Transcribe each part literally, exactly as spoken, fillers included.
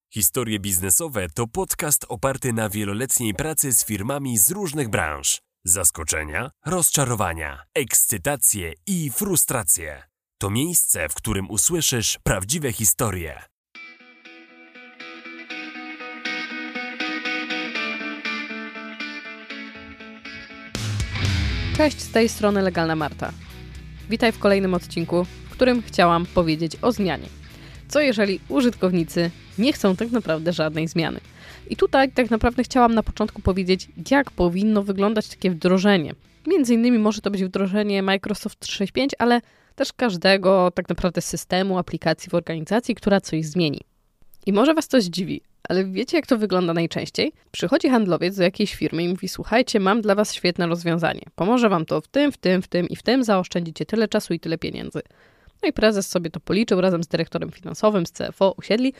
Historie biznesowe to podcast oparty na wieloletniej pracy z firmami z różnych branż. Zaskoczenia, rozczarowania, ekscytacje i frustracje. To miejsce, w którym usłyszysz prawdziwe historie. Cześć, z tej strony Legalna Marta. Witaj w kolejnym odcinku, w którym chciałam powiedzieć o zmianie. Co jeżeli użytkownicy nie chcą tak naprawdę żadnej zmiany? I tutaj tak naprawdę chciałam na początku powiedzieć, jak powinno wyglądać takie wdrożenie. Między innymi może to być wdrożenie Microsoft trzysta sześćdziesiąt pięć, ale też każdego tak naprawdę systemu, aplikacji w organizacji, która coś zmieni. I może Was to zdziwi, ale wiecie, jak to wygląda najczęściej? Przychodzi handlowiec do jakiejś firmy i mówi: słuchajcie, mam dla Was świetne rozwiązanie. Pomoże Wam to w tym, w tym, w tym i w tym, zaoszczędzicie tyle czasu i tyle pieniędzy. No i prezes sobie to policzył razem z dyrektorem finansowym, z C F O, usiedli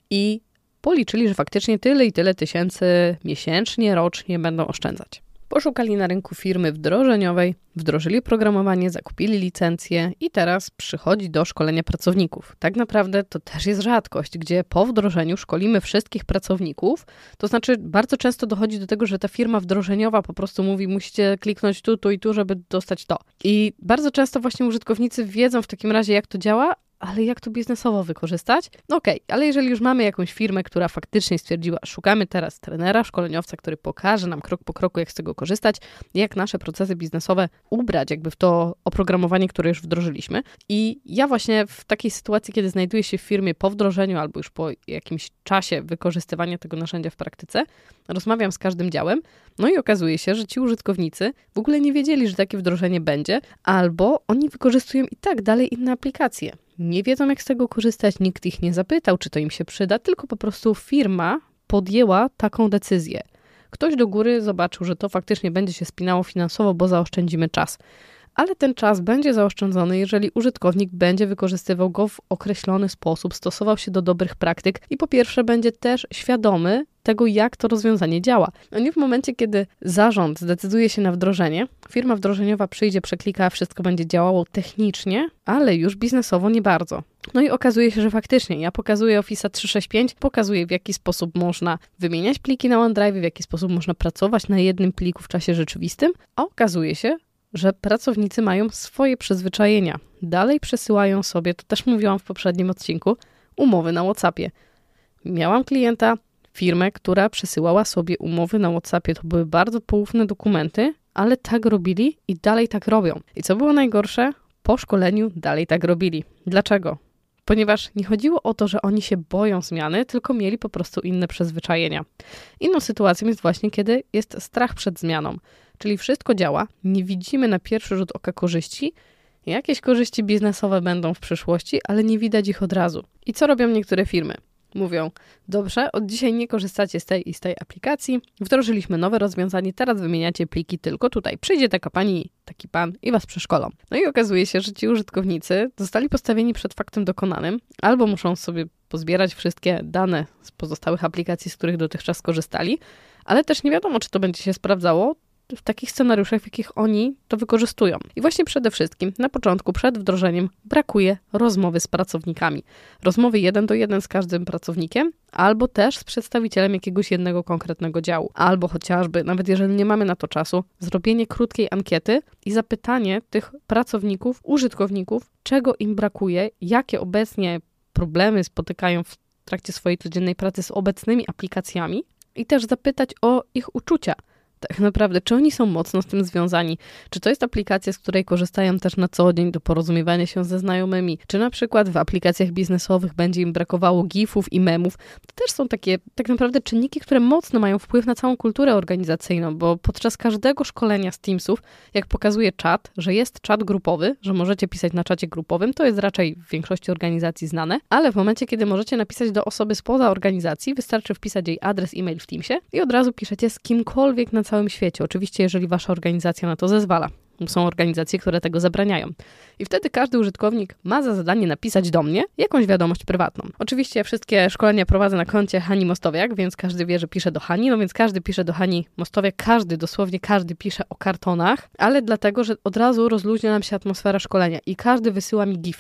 i policzyli, że faktycznie tyle i tyle tysięcy miesięcznie, rocznie będą oszczędzać. Poszukali na rynku firmy wdrożeniowej, wdrożyli oprogramowanie, zakupili licencję i teraz przychodzi do szkolenia pracowników. Tak naprawdę to też jest rzadkość, gdzie po wdrożeniu szkolimy wszystkich pracowników, to znaczy bardzo często dochodzi do tego, że ta firma wdrożeniowa po prostu mówi: musicie kliknąć tu, tu i tu, żeby dostać to. I bardzo często właśnie użytkownicy wiedzą w takim razie, jak to działa, ale jak to biznesowo wykorzystać? No okej, okay, ale jeżeli już mamy jakąś firmę, która faktycznie stwierdziła, szukamy teraz trenera, szkoleniowca, który pokaże nam krok po kroku, jak z tego korzystać, jak nasze procesy biznesowe ubrać jakby w to oprogramowanie, które już wdrożyliśmy. I ja właśnie w takiej sytuacji, kiedy znajduję się w firmie po wdrożeniu albo już po jakimś czasie wykorzystywania tego narzędzia w praktyce, rozmawiam z każdym działem, no i okazuje się, że ci użytkownicy w ogóle nie wiedzieli, że takie wdrożenie będzie, albo oni wykorzystują i tak dalej inne aplikacje. Nie wiedzą, jak z tego korzystać, nikt ich nie zapytał, czy to im się przyda, tylko po prostu firma podjęła taką decyzję. Ktoś do góry zobaczył, że to faktycznie będzie się spinało finansowo, bo zaoszczędzimy czas. Ale ten czas będzie zaoszczędzony, jeżeli użytkownik będzie wykorzystywał go w określony sposób, stosował się do dobrych praktyk i po pierwsze będzie też świadomy tego, jak to rozwiązanie działa. A nie w momencie, kiedy zarząd zdecyduje się na wdrożenie, firma wdrożeniowa przyjdzie, przeklika, wszystko będzie działało technicznie, ale już biznesowo nie bardzo. No i okazuje się, że faktycznie ja pokazuję Office'a trzysta sześćdziesiąt pięć, pokazuję, w jaki sposób można wymieniać pliki na OneDrive, w jaki sposób można pracować na jednym pliku w czasie rzeczywistym, a okazuje się, że pracownicy mają swoje przyzwyczajenia. Dalej przesyłają sobie, to też mówiłam w poprzednim odcinku, umowy na WhatsAppie. Miałam klienta, firmę, która przesyłała sobie umowy na WhatsAppie. To były bardzo poufne dokumenty, ale tak robili i dalej tak robią. I co było najgorsze? Po szkoleniu dalej tak robili. Dlaczego? Ponieważ nie chodziło o to, że oni się boją zmiany, tylko mieli po prostu inne przyzwyczajenia. Inną sytuacją jest właśnie, kiedy jest strach przed zmianą. Czyli wszystko działa, nie widzimy na pierwszy rzut oka korzyści, jakieś korzyści biznesowe będą w przyszłości, ale nie widać ich od razu. I co robią niektóre firmy? Mówią: dobrze, od dzisiaj nie korzystacie z tej i z tej aplikacji, wdrożyliśmy nowe rozwiązanie, teraz wymieniacie pliki tylko tutaj. Przyjdzie taka pani, taki pan i was przeszkolą. No i okazuje się, że ci użytkownicy zostali postawieni przed faktem dokonanym, albo muszą sobie pozbierać wszystkie dane z pozostałych aplikacji, z których dotychczas korzystali, ale też nie wiadomo, czy to będzie się sprawdzało w takich scenariuszach, w jakich oni to wykorzystują. I właśnie przede wszystkim na początku, przed wdrożeniem, brakuje rozmowy z pracownikami. Rozmowy jeden do jeden z każdym pracownikiem, albo też z przedstawicielem jakiegoś jednego konkretnego działu. Albo chociażby, nawet jeżeli nie mamy na to czasu, zrobienie krótkiej ankiety i zapytanie tych pracowników, użytkowników, czego im brakuje, jakie obecnie problemy spotykają w trakcie swojej codziennej pracy z obecnymi aplikacjami i też zapytać o ich uczucia. Tak naprawdę, czy oni są mocno z tym związani? Czy to jest aplikacja, z której korzystają też na co dzień do porozumiewania się ze znajomymi? Czy na przykład w aplikacjach biznesowych będzie im brakowało gifów i memów? To też są takie tak naprawdę czynniki, które mocno mają wpływ na całą kulturę organizacyjną, bo podczas każdego szkolenia z Teamsów, jak pokazuje czat, że jest czat grupowy, że możecie pisać na czacie grupowym, to jest raczej w większości organizacji znane, ale w momencie, kiedy możecie napisać do osoby spoza organizacji, wystarczy wpisać jej adres e-mail w Teamsie i od razu piszecie z kimkolwiek na całym świecie. Oczywiście, jeżeli wasza organizacja na to zezwala. Są organizacje, które tego zabraniają. I wtedy każdy użytkownik ma za zadanie napisać do mnie jakąś wiadomość prywatną. Oczywiście wszystkie szkolenia prowadzę na koncie Hani Mostowiak, więc każdy wie, że pisze do Hani, no więc każdy pisze do Hani Mostowiak, każdy, dosłownie każdy pisze o kartonach, ale dlatego, że od razu rozluźnia nam się atmosfera szkolenia i każdy wysyła mi gifa.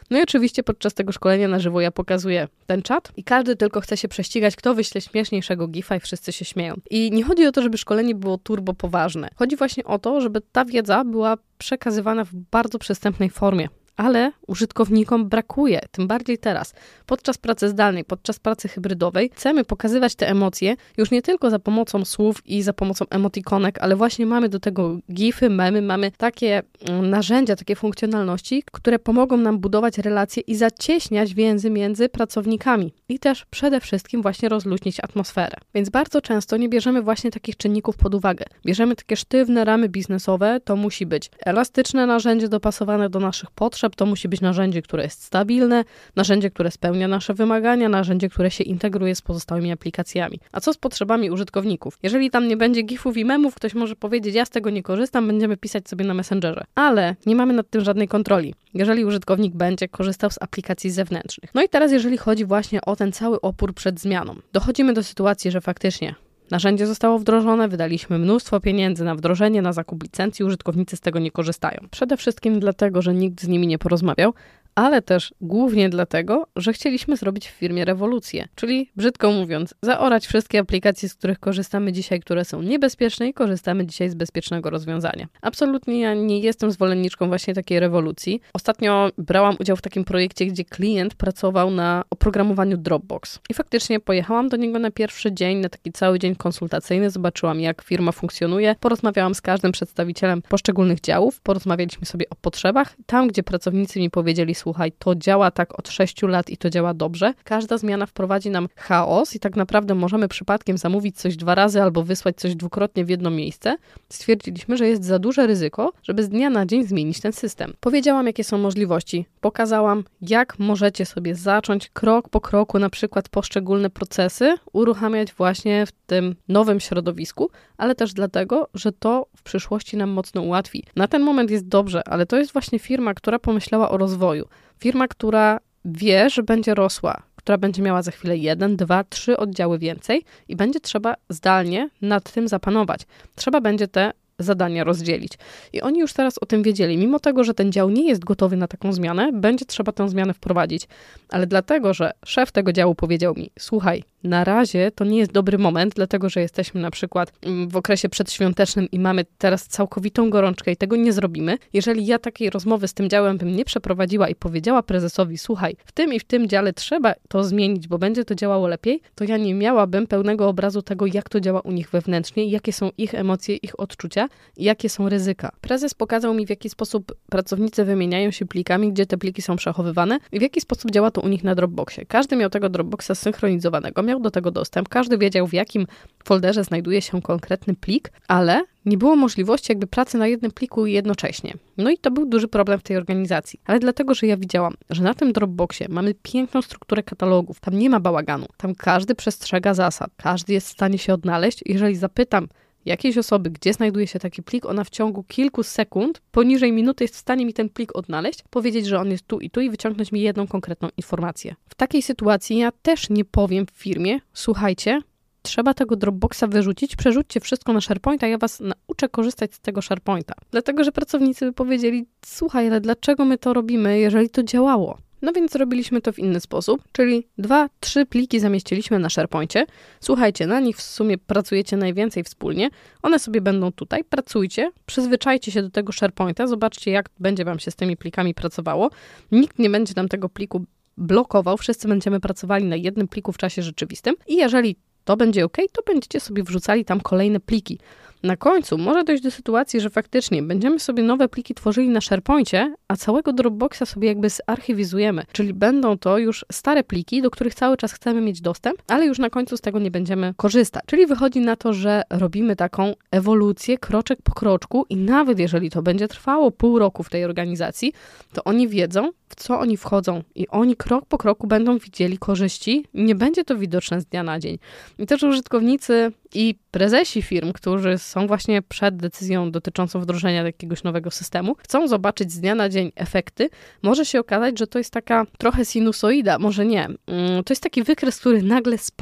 No i oczywiście podczas tego szkolenia na żywo ja pokazuję ten czat i każdy tylko chce się prześcigać, kto wyśle śmieszniejszego gifa i wszyscy się śmieją. I nie chodzi o to, żeby szkolenie było turbo poważne. Chodzi właśnie o to, żeby ta wiedza była przekazywana w bardzo przystępnej formie. Ale użytkownikom brakuje, tym bardziej teraz. Podczas pracy zdalnej, podczas pracy hybrydowej chcemy pokazywać te emocje już nie tylko za pomocą słów i za pomocą emotikonek, ale właśnie mamy do tego gify, memy, mamy takie narzędzia, takie funkcjonalności, które pomogą nam budować relacje i zacieśniać więzy między pracownikami i też przede wszystkim właśnie rozluźnić atmosferę. Więc bardzo często nie bierzemy właśnie takich czynników pod uwagę. Bierzemy takie sztywne ramy biznesowe, to musi być elastyczne narzędzie dopasowane do naszych potrzeb, to musi być narzędzie, które jest stabilne, narzędzie, które spełnia nasze wymagania, narzędzie, które się integruje z pozostałymi aplikacjami. A co z potrzebami użytkowników? Jeżeli tam nie będzie gifów i memów, ktoś może powiedzieć, ja z tego nie korzystam, będziemy pisać sobie na Messengerze. Ale nie mamy nad tym żadnej kontroli, jeżeli użytkownik będzie korzystał z aplikacji zewnętrznych. No i teraz, jeżeli chodzi właśnie o ten cały opór przed zmianą, dochodzimy do sytuacji, że faktycznie narzędzie zostało wdrożone, wydaliśmy mnóstwo pieniędzy na wdrożenie, na zakup licencji, użytkownicy z tego nie korzystają. Przede wszystkim dlatego, że nikt z nimi nie porozmawiał, ale też głównie dlatego, że chcieliśmy zrobić w firmie rewolucję. Czyli, brzydko mówiąc, zaorać wszystkie aplikacje, z których korzystamy dzisiaj, które są niebezpieczne i korzystamy dzisiaj z bezpiecznego rozwiązania. Absolutnie ja nie jestem zwolenniczką właśnie takiej rewolucji. Ostatnio brałam udział w takim projekcie, gdzie klient pracował na oprogramowaniu Dropbox. I faktycznie pojechałam do niego na pierwszy dzień, na taki cały dzień konsultacyjny, zobaczyłam, jak firma funkcjonuje, porozmawiałam z każdym przedstawicielem poszczególnych działów, porozmawialiśmy sobie o potrzebach. Tam, gdzie pracownicy mi powiedzieli, słuchaj, to działa tak od sześciu lat i to działa dobrze. Każda zmiana wprowadzi nam chaos i tak naprawdę możemy przypadkiem zamówić coś dwa razy albo wysłać coś dwukrotnie w jedno miejsce. Stwierdziliśmy, że jest za duże ryzyko, żeby z dnia na dzień zmienić ten system. Powiedziałam, jakie są możliwości. Pokazałam, jak możecie sobie zacząć krok po kroku, na przykład poszczególne procesy uruchamiać właśnie w tym nowym środowisku, ale też dlatego, że to w przyszłości nam mocno ułatwi. Na ten moment jest dobrze, ale to jest właśnie firma, która pomyślała o rozwoju. Firma, która wie, że będzie rosła, która będzie miała za chwilę jeden, dwa, trzy oddziały więcej i będzie trzeba zdalnie nad tym zapanować. Trzeba będzie te zadania rozdzielić. I oni już teraz o tym wiedzieli. Mimo tego, że ten dział nie jest gotowy na taką zmianę, będzie trzeba tę zmianę wprowadzić. Ale dlatego, że szef tego działu powiedział mi, słuchaj, na razie to nie jest dobry moment, dlatego, że jesteśmy na przykład w okresie przedświątecznym i mamy teraz całkowitą gorączkę i tego nie zrobimy. Jeżeli ja takiej rozmowy z tym działem bym nie przeprowadziła i powiedziała prezesowi, słuchaj, w tym i w tym dziale trzeba to zmienić, bo będzie to działało lepiej, to ja nie miałabym pełnego obrazu tego, jak to działa u nich wewnętrznie, jakie są ich emocje, ich odczucia i jakie są ryzyka. Prezes pokazał mi, w jaki sposób pracownicy wymieniają się plikami, gdzie te pliki są przechowywane i w jaki sposób działa to u nich na Dropboxie. Każdy miał tego Dropboxa synchronizowanego, miał do tego dostęp, każdy wiedział, w jakim folderze znajduje się konkretny plik, ale nie było możliwości jakby pracy na jednym pliku jednocześnie. No i to był duży problem w tej organizacji. Ale dlatego, że ja widziałam, że na tym Dropboxie mamy piękną strukturę katalogów, tam nie ma bałaganu, tam każdy przestrzega zasad, każdy jest w stanie się odnaleźć. Jeżeli zapytam jakiejś osoby, gdzie znajduje się taki plik, ona w ciągu kilku sekund, poniżej minuty jest w stanie mi ten plik odnaleźć, powiedzieć, że on jest tu i tu i wyciągnąć mi jedną konkretną informację. W takiej sytuacji ja też nie powiem w firmie, słuchajcie, trzeba tego Dropboxa wyrzucić, przerzućcie wszystko na SharePointa, ja was nauczę korzystać z tego SharePointa. Dlatego, że pracownicy by powiedzieli, słuchaj, ale dlaczego my to robimy, jeżeli to działało? No więc zrobiliśmy to w inny sposób, czyli dwa, trzy pliki zamieściliśmy na SharePoincie. Słuchajcie, na nich w sumie pracujecie najwięcej wspólnie. One sobie będą tutaj, pracujcie, przyzwyczajcie się do tego SharePointa, zobaczcie, jak będzie wam się z tymi plikami pracowało. Nikt nie będzie nam tego pliku blokował, wszyscy będziemy pracowali na jednym pliku w czasie rzeczywistym i jeżeli to będzie ok, to będziecie sobie wrzucali tam kolejne pliki. Na końcu może dojść do sytuacji, że faktycznie będziemy sobie nowe pliki tworzyli na SharePoincie, a całego Dropboxa sobie jakby zarchiwizujemy, czyli będą to już stare pliki, do których cały czas chcemy mieć dostęp, ale już na końcu z tego nie będziemy korzystać. Czyli wychodzi na to, że robimy taką ewolucję kroczek po kroczku i nawet jeżeli to będzie trwało pół roku w tej organizacji, to oni wiedzą, w co oni wchodzą i oni krok po kroku będą widzieli korzyści. Nie będzie to widoczne z dnia na dzień. I też użytkownicy i prezesi firm, którzy są właśnie przed decyzją dotyczącą wdrożenia jakiegoś nowego systemu, chcą zobaczyć z dnia na dzień efekty. Może się okazać, że to jest taka trochę sinusoida, może nie. To jest taki wykres, który nagle spada.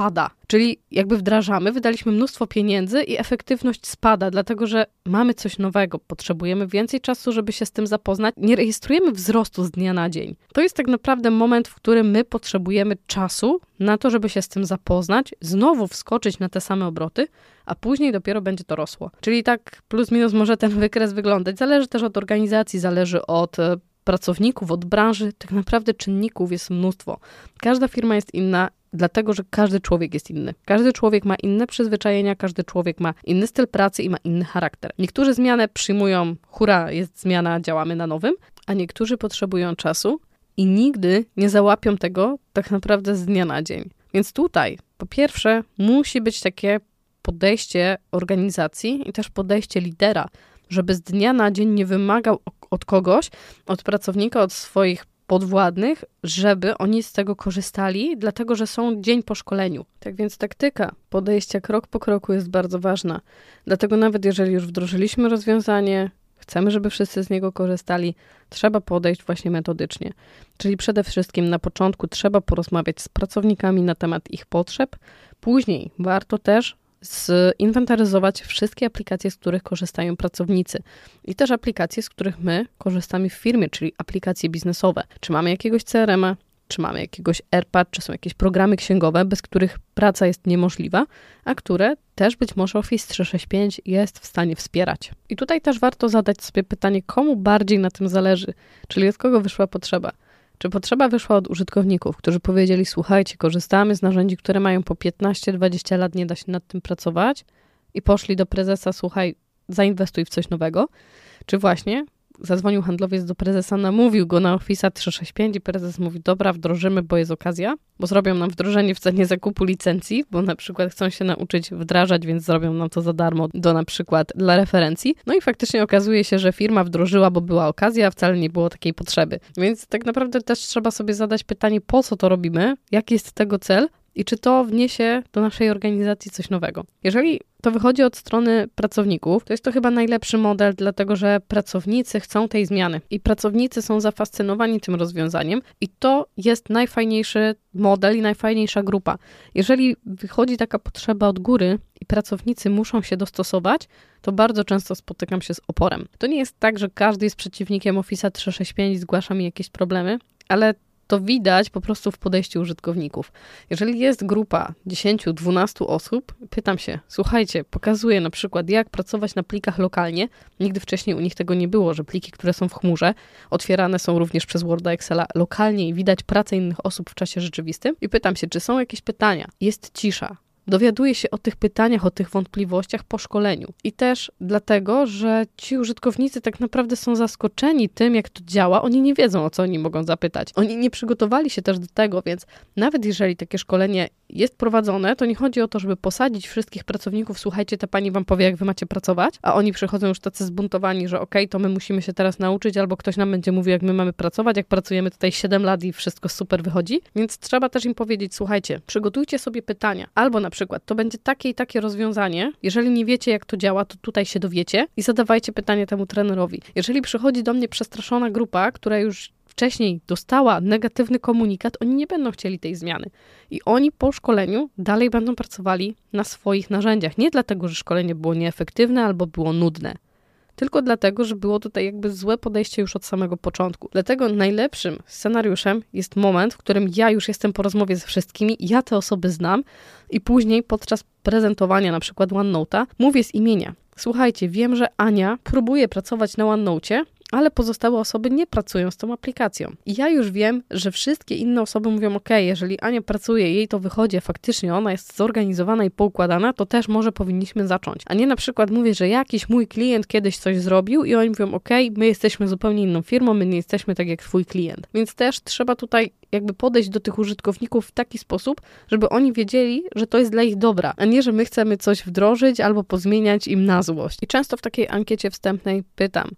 Czyli jakby wdrażamy, wydaliśmy mnóstwo pieniędzy i efektywność spada, dlatego że mamy coś nowego, potrzebujemy więcej czasu, żeby się z tym zapoznać. Nie rejestrujemy wzrostu z dnia na dzień. To jest tak naprawdę moment, w którym my potrzebujemy czasu na to, żeby się z tym zapoznać, znowu wskoczyć na te same obroty, a później dopiero będzie to rosło. Czyli tak plus minus może ten wykres wyglądać. Zależy też od organizacji, zależy od pracowników, od branży. Tak naprawdę czynników jest mnóstwo. Każda firma jest inna, dlatego że każdy człowiek jest inny. Każdy człowiek ma inne przyzwyczajenia, każdy człowiek ma inny styl pracy i ma inny charakter. Niektórzy zmianę przyjmują, hura, jest zmiana, działamy na nowym, a niektórzy potrzebują czasu i nigdy nie załapią tego tak naprawdę z dnia na dzień. Więc tutaj, po pierwsze, musi być takie podejście organizacji i też podejście lidera, żeby z dnia na dzień nie wymagał od kogoś, od pracownika, od swoich podwładnych, żeby oni z tego korzystali, dlatego że są dzień po szkoleniu. Tak więc taktyka podejścia krok po kroku jest bardzo ważna. Dlatego nawet jeżeli już wdrożyliśmy rozwiązanie, chcemy, żeby wszyscy z niego korzystali, trzeba podejść właśnie metodycznie. Czyli przede wszystkim na początku trzeba porozmawiać z pracownikami na temat ich potrzeb. Później warto też zinwentaryzować wszystkie aplikacje, z których korzystają pracownicy i też aplikacje, z których my korzystamy w firmie, czyli aplikacje biznesowe. Czy mamy jakiegoś C R M-a, czy mamy jakiegoś A R P A, czy są jakieś programy księgowe, bez których praca jest niemożliwa, a które też być może Office trzysta sześćdziesiąt pięć jest w stanie wspierać. I tutaj też warto zadać sobie pytanie, komu bardziej na tym zależy, czyli od kogo wyszła potrzeba. Czy potrzeba wyszła od użytkowników, którzy powiedzieli, słuchajcie, korzystamy z narzędzi, które mają po piętnaście dwadzieścia lat, nie da się nad tym pracować i poszli do prezesa, słuchaj, zainwestuj w coś nowego, czy właśnie zadzwonił handlowiec do prezesa, namówił go na Office trzysta sześćdziesiąt pięć i prezes mówi, dobra, wdrożymy, bo jest okazja, bo zrobią nam wdrożenie w cenie zakupu licencji, bo na przykład chcą się nauczyć wdrażać, więc zrobią nam to za darmo do na przykład dla referencji. No i faktycznie okazuje się, że firma wdrożyła, bo była okazja, a wcale nie było takiej potrzeby. Więc tak naprawdę też trzeba sobie zadać pytanie, po co to robimy, jaki jest tego cel, i czy to wniesie do naszej organizacji coś nowego. Jeżeli to wychodzi od strony pracowników, to jest to chyba najlepszy model, dlatego że pracownicy chcą tej zmiany i pracownicy są zafascynowani tym rozwiązaniem i to jest najfajniejszy model i najfajniejsza grupa. Jeżeli wychodzi taka potrzeba od góry i pracownicy muszą się dostosować, to bardzo często spotykam się z oporem. To nie jest tak, że każdy jest przeciwnikiem Office trzysta sześćdziesiąt pięć i zgłasza mi jakieś problemy, ale to widać po prostu w podejściu użytkowników. Jeżeli jest grupa dziesięć do dwunastu osób, pytam się, słuchajcie, pokazuję na przykład, jak pracować na plikach lokalnie. Nigdy wcześniej u nich tego nie było, że pliki, które są w chmurze, otwierane są również przez Worda, Excela lokalnie i widać pracę innych osób w czasie rzeczywistym. I pytam się, czy są jakieś pytania? Jest cisza. Dowiaduję się o tych pytaniach, o tych wątpliwościach po szkoleniu. I też dlatego, że ci użytkownicy tak naprawdę są zaskoczeni tym, jak to działa. Oni nie wiedzą, o co oni mogą zapytać. Oni nie przygotowali się też do tego, więc nawet jeżeli takie szkolenie jest prowadzone, to nie chodzi o to, żeby posadzić wszystkich pracowników, słuchajcie, ta pani wam powie, jak wy macie pracować, a oni przychodzą już tacy zbuntowani, że okej, okay, to my musimy się teraz nauczyć, albo ktoś nam będzie mówił, jak my mamy pracować, jak pracujemy tutaj siedem lat i wszystko super wychodzi. Więc trzeba też im powiedzieć, słuchajcie, przygotujcie sobie pytania, albo na przykład to będzie takie i takie rozwiązanie, jeżeli nie wiecie, jak to działa, to tutaj się dowiecie i zadawajcie pytanie temu trenerowi. Jeżeli przychodzi do mnie przestraszona grupa, która już wcześniej dostała negatywny komunikat, oni nie będą chcieli tej zmiany. I oni po szkoleniu dalej będą pracowali na swoich narzędziach. Nie dlatego, że szkolenie było nieefektywne albo było nudne, tylko dlatego, że było tutaj jakby złe podejście już od samego początku. Dlatego najlepszym scenariuszem jest moment, w którym ja już jestem po rozmowie ze wszystkimi, ja te osoby znam i później podczas prezentowania na przykład OneNote'a mówię z imienia. Słuchajcie, wiem, że Ania próbuje pracować na OneNote'cie, ale pozostałe osoby nie pracują z tą aplikacją. I ja już wiem, że wszystkie inne osoby mówią, ok, jeżeli Ania pracuje, jej to wychodzi, faktycznie ona jest zorganizowana i poukładana, to też może powinniśmy zacząć. A nie na przykład mówię, że jakiś mój klient kiedyś coś zrobił i oni mówią, ok, my jesteśmy zupełnie inną firmą, my nie jesteśmy tak jak twój klient. Więc też trzeba tutaj jakby podejść do tych użytkowników w taki sposób, żeby oni wiedzieli, że to jest dla ich dobra, a nie, że my chcemy coś wdrożyć albo pozmieniać im na złość. I często w takiej ankiecie wstępnej pytam,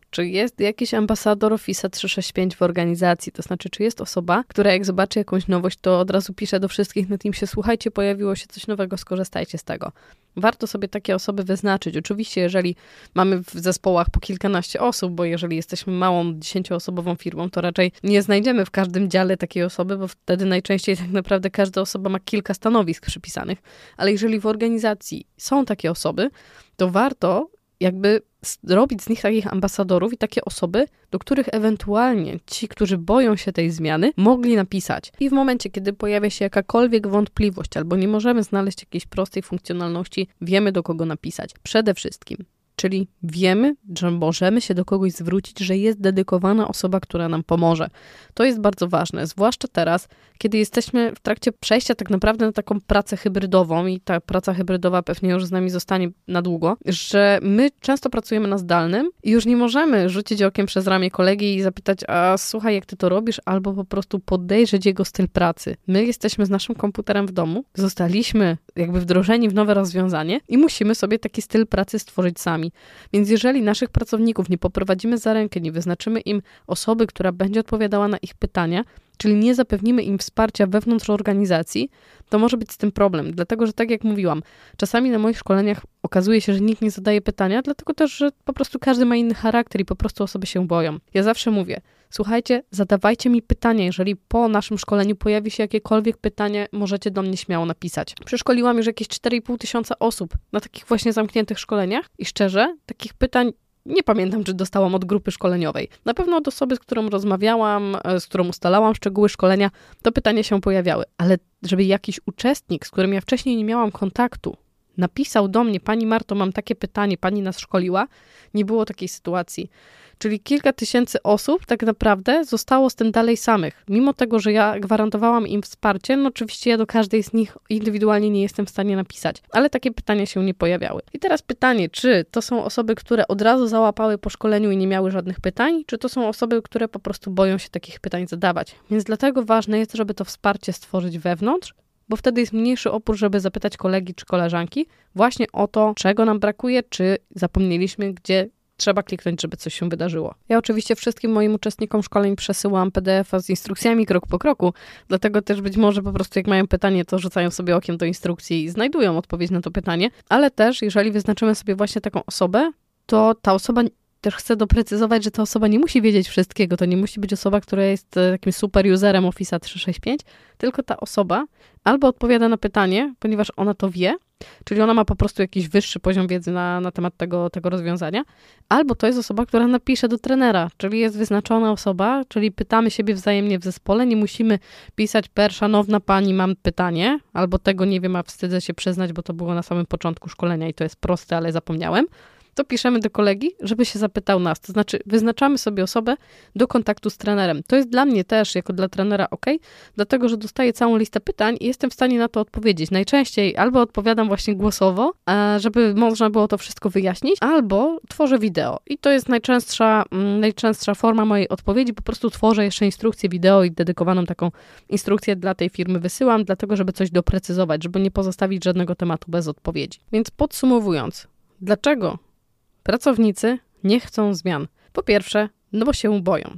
czy jest jakiś ambasador Office'a trzysta sześćdziesiąt pięć w organizacji, to znaczy, czy jest osoba, która jak zobaczy jakąś nowość, to od razu pisze do wszystkich na Teamsie, słuchajcie, pojawiło się coś nowego, skorzystajcie z tego. Warto sobie takie osoby wyznaczyć. Oczywiście, jeżeli mamy w zespołach po kilkanaście osób, bo jeżeli jesteśmy małą, dziesięcioosobową firmą, to raczej nie znajdziemy w każdym dziale takiej osoby, bo wtedy najczęściej tak naprawdę każda osoba ma kilka stanowisk przypisanych. Ale jeżeli w organizacji są takie osoby, to warto jakby robić z nich takich ambasadorów i takie osoby, do których ewentualnie ci, którzy boją się tej zmiany, mogli napisać. I w momencie, kiedy pojawia się jakakolwiek wątpliwość albo nie możemy znaleźć jakiejś prostej funkcjonalności, wiemy, do kogo napisać. Przede wszystkim. Czyli wiemy, że możemy się do kogoś zwrócić, że jest dedykowana osoba, która nam pomoże. To jest bardzo ważne, zwłaszcza teraz, kiedy jesteśmy w trakcie przejścia tak naprawdę na taką pracę hybrydową i ta praca hybrydowa pewnie już z nami zostanie na długo, że my często pracujemy na zdalnym i już nie możemy rzucić okiem przez ramię kolegi i zapytać, a słuchaj, jak ty to robisz, albo po prostu podejrzeć jego styl pracy. My jesteśmy z naszym komputerem w domu, zostaliśmy jakby wdrożeni w nowe rozwiązanie i musimy sobie taki styl pracy stworzyć sami. Więc jeżeli naszych pracowników nie poprowadzimy za rękę, nie wyznaczymy im osoby, która będzie odpowiadała na ich pytania, czyli nie zapewnimy im wsparcia wewnątrz organizacji, to może być z tym problem. Dlatego, że tak jak mówiłam, czasami na moich szkoleniach okazuje się, że nikt nie zadaje pytania, dlatego też, że po prostu każdy ma inny charakter i po prostu osoby się boją. Ja zawsze mówię, słuchajcie, zadawajcie mi pytania, jeżeli po naszym szkoleniu pojawi się jakiekolwiek pytanie, możecie do mnie śmiało napisać. Przeszkoliłam już jakieś cztery i pół tysiąca osób na takich właśnie zamkniętych szkoleniach i szczerze, takich pytań nie pamiętam, czy dostałam od grupy szkoleniowej. Na pewno od osoby, z którą rozmawiałam, z którą ustalałam szczegóły szkolenia, to pytania się pojawiały. Ale żeby jakiś uczestnik, z którym ja wcześniej nie miałam kontaktu, napisał do mnie, pani Marto, mam takie pytanie, pani nas szkoliła, nie było takiej sytuacji. Czyli kilka tysięcy osób tak naprawdę zostało z tym dalej samych. Mimo tego, że ja gwarantowałam im wsparcie, no oczywiście ja do każdej z nich indywidualnie nie jestem w stanie napisać, ale takie pytania się nie pojawiały. I teraz pytanie, czy to są osoby, które od razu załapały po szkoleniu i nie miały żadnych pytań, czy to są osoby, które po prostu boją się takich pytań zadawać. Więc dlatego ważne jest, żeby to wsparcie stworzyć wewnątrz, bo wtedy jest mniejszy opór, żeby zapytać kolegi czy koleżanki właśnie o to, czego nam brakuje, czy zapomnieliśmy, gdzie trzeba kliknąć, żeby coś się wydarzyło. Ja oczywiście wszystkim moim uczestnikom szkoleń przesyłam P D F-a z instrukcjami krok po kroku, dlatego też być może po prostu jak mają pytanie, to rzucają sobie okiem do instrukcji i znajdują odpowiedź na to pytanie, ale też jeżeli wyznaczymy sobie właśnie taką osobę, to ta osoba też chcę doprecyzować, że ta osoba nie musi wiedzieć wszystkiego, to nie musi być osoba, która jest takim super userem Office'a trzysta sześćdziesiąt pięć, tylko ta osoba albo odpowiada na pytanie, ponieważ ona to wie, czyli ona ma po prostu jakiś wyższy poziom wiedzy na, na temat tego, tego rozwiązania, albo to jest osoba, która napisze do trenera, czyli jest wyznaczona osoba, czyli pytamy siebie wzajemnie w zespole, nie musimy pisać per szanowna pani, mam pytanie, albo tego nie wiem, a wstydzę się przyznać, bo to było na samym początku szkolenia i to jest proste, ale zapomniałem. To piszemy do kolegi, żeby się zapytał nas. To znaczy wyznaczamy sobie osobę do kontaktu z trenerem. To jest dla mnie też, jako dla trenera ok, dlatego, że dostaję całą listę pytań i jestem w stanie na to odpowiedzieć. Najczęściej albo odpowiadam właśnie głosowo, żeby można było to wszystko wyjaśnić, albo tworzę wideo. I to jest najczęstsza, najczęstsza forma mojej odpowiedzi. Po prostu tworzę jeszcze instrukcję wideo i dedykowaną taką instrukcję dla tej firmy wysyłam, dlatego, żeby coś doprecyzować, żeby nie pozostawić żadnego tematu bez odpowiedzi. Więc podsumowując, dlaczego pracownicy nie chcą zmian? Po pierwsze, no bo się boją.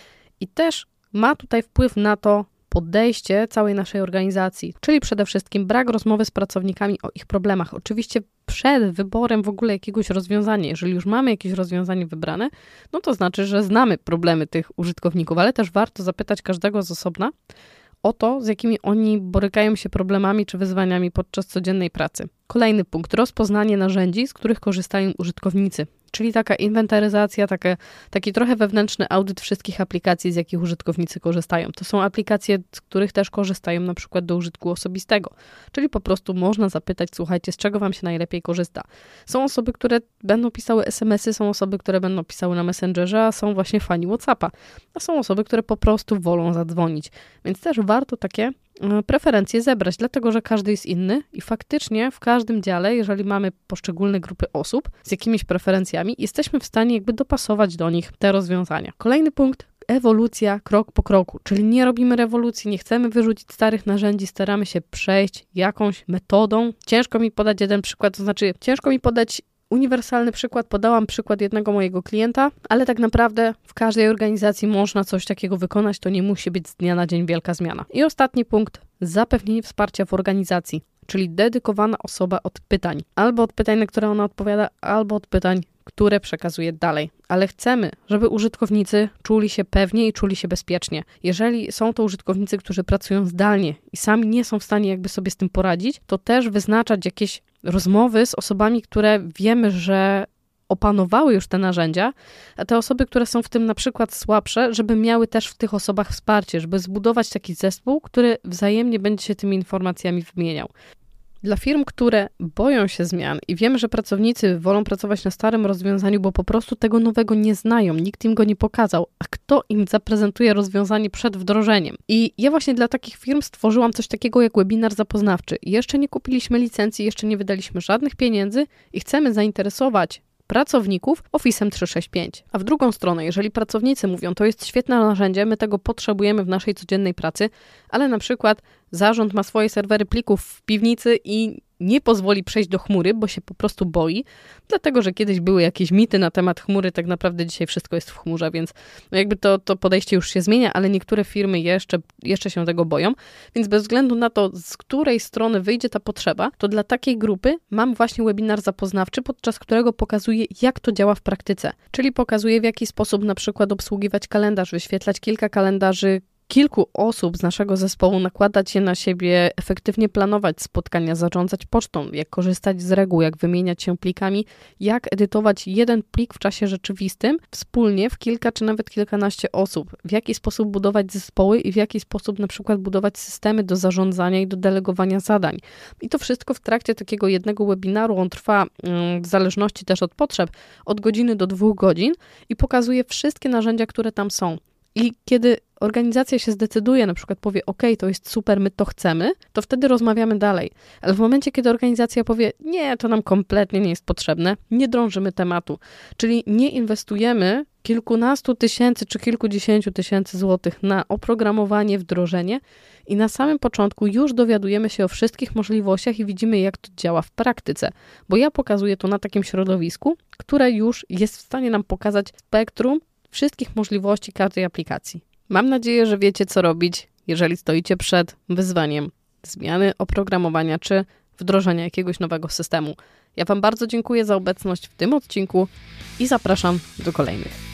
I też ma tutaj wpływ na to podejście całej naszej organizacji, czyli przede wszystkim brak rozmowy z pracownikami o ich problemach. Oczywiście przed wyborem w ogóle jakiegoś rozwiązania, jeżeli już mamy jakieś rozwiązanie wybrane, no to znaczy, że znamy problemy tych użytkowników, ale też warto zapytać każdego z osobna o to, z jakimi oni borykają się problemami czy wyzwaniami podczas codziennej pracy. Kolejny punkt, rozpoznanie narzędzi, z których korzystają użytkownicy, czyli taka inwentaryzacja, taka, taki trochę wewnętrzny audyt wszystkich aplikacji, z jakich użytkownicy korzystają. To są aplikacje, z których też korzystają na przykład do użytku osobistego, czyli po prostu można zapytać, słuchajcie, z czego wam się najlepiej korzysta. Są osoby, które będą pisały es em esy, są osoby, które będą pisały na Messengerze, a są właśnie fani WhatsAppa, a są osoby, które po prostu wolą zadzwonić. Więc też warto takie preferencje zebrać, dlatego, że każdy jest inny i faktycznie w każdym dziale, jeżeli mamy poszczególne grupy osób z jakimiś preferencjami, jesteśmy w stanie jakby dopasować do nich te rozwiązania. Kolejny punkt, ewolucja krok po kroku, czyli nie robimy rewolucji, nie chcemy wyrzucić starych narzędzi, staramy się przejść jakąś metodą. Ciężko mi podać jeden przykład, to znaczy ciężko mi podać uniwersalny przykład, podałam przykład jednego mojego klienta, ale tak naprawdę w każdej organizacji można coś takiego wykonać, to nie musi być z dnia na dzień wielka zmiana. I ostatni punkt, zapewnienie wsparcia w organizacji, czyli dedykowana osoba od pytań. Albo od pytań, na które ona odpowiada, albo od pytań, które przekazuje dalej. Ale chcemy, żeby użytkownicy czuli się pewnie i czuli się bezpiecznie. Jeżeli są to użytkownicy, którzy pracują zdalnie i sami nie są w stanie jakby sobie z tym poradzić, to też wyznaczać jakieś rozmowy z osobami, które wiemy, że opanowały już te narzędzia, a te osoby, które są w tym na przykład słabsze, żeby miały też w tych osobach wsparcie, żeby zbudować taki zespół, który wzajemnie będzie się tymi informacjami wymieniał. Dla firm, które boją się zmian i wiemy, że pracownicy wolą pracować na starym rozwiązaniu, bo po prostu tego nowego nie znają, nikt im go nie pokazał, a kto im zaprezentuje rozwiązanie przed wdrożeniem. I ja właśnie dla takich firm stworzyłam coś takiego jak webinar zapoznawczy. Jeszcze nie kupiliśmy licencji, jeszcze nie wydaliśmy żadnych pieniędzy i chcemy zainteresować pracowników Office'em trzysta sześćdziesiąt pięć. A w drugą stronę, jeżeli pracownicy mówią, to jest świetne narzędzie, my tego potrzebujemy w naszej codziennej pracy, ale na przykład zarząd ma swoje serwery plików w piwnicy i nie pozwoli przejść do chmury, bo się po prostu boi, dlatego, że kiedyś były jakieś mity na temat chmury, tak naprawdę dzisiaj wszystko jest w chmurze, więc no jakby to, to podejście już się zmienia, ale niektóre firmy jeszcze, jeszcze się tego boją, więc bez względu na to, z której strony wyjdzie ta potrzeba, to dla takiej grupy mam właśnie webinar zapoznawczy, podczas którego pokazuję, jak to działa w praktyce, czyli pokazuję, w jaki sposób na przykład obsługiwać kalendarz, wyświetlać kilka kalendarzy, kilku osób z naszego zespołu, nakładać je na siebie, efektywnie planować spotkania, zarządzać pocztą, jak korzystać z reguł, jak wymieniać się plikami, jak edytować jeden plik w czasie rzeczywistym wspólnie w kilka czy nawet kilkanaście osób, w jaki sposób budować zespoły i w jaki sposób na przykład budować systemy do zarządzania i do delegowania zadań. I to wszystko w trakcie takiego jednego webinaru, on trwa w zależności też od potrzeb, od godziny do dwóch godzin i pokazuje wszystkie narzędzia, które tam są. I kiedy organizacja się zdecyduje, na przykład powie, ok, to jest super, my to chcemy, to wtedy rozmawiamy dalej. Ale w momencie, kiedy organizacja powie, nie, to nam kompletnie nie jest potrzebne, nie drążymy tematu. Czyli nie inwestujemy kilkunastu tysięcy czy kilkudziesięciu tysięcy złotych na oprogramowanie, wdrożenie i na samym początku już dowiadujemy się o wszystkich możliwościach i widzimy, jak to działa w praktyce. Bo ja pokazuję to na takim środowisku, które już jest w stanie nam pokazać spektrum wszystkich możliwości każdej aplikacji. Mam nadzieję, że wiecie, co robić, jeżeli stoicie przed wyzwaniem zmiany oprogramowania czy wdrożenia jakiegoś nowego systemu. Ja Wam bardzo dziękuję za obecność w tym odcinku i zapraszam do kolejnych.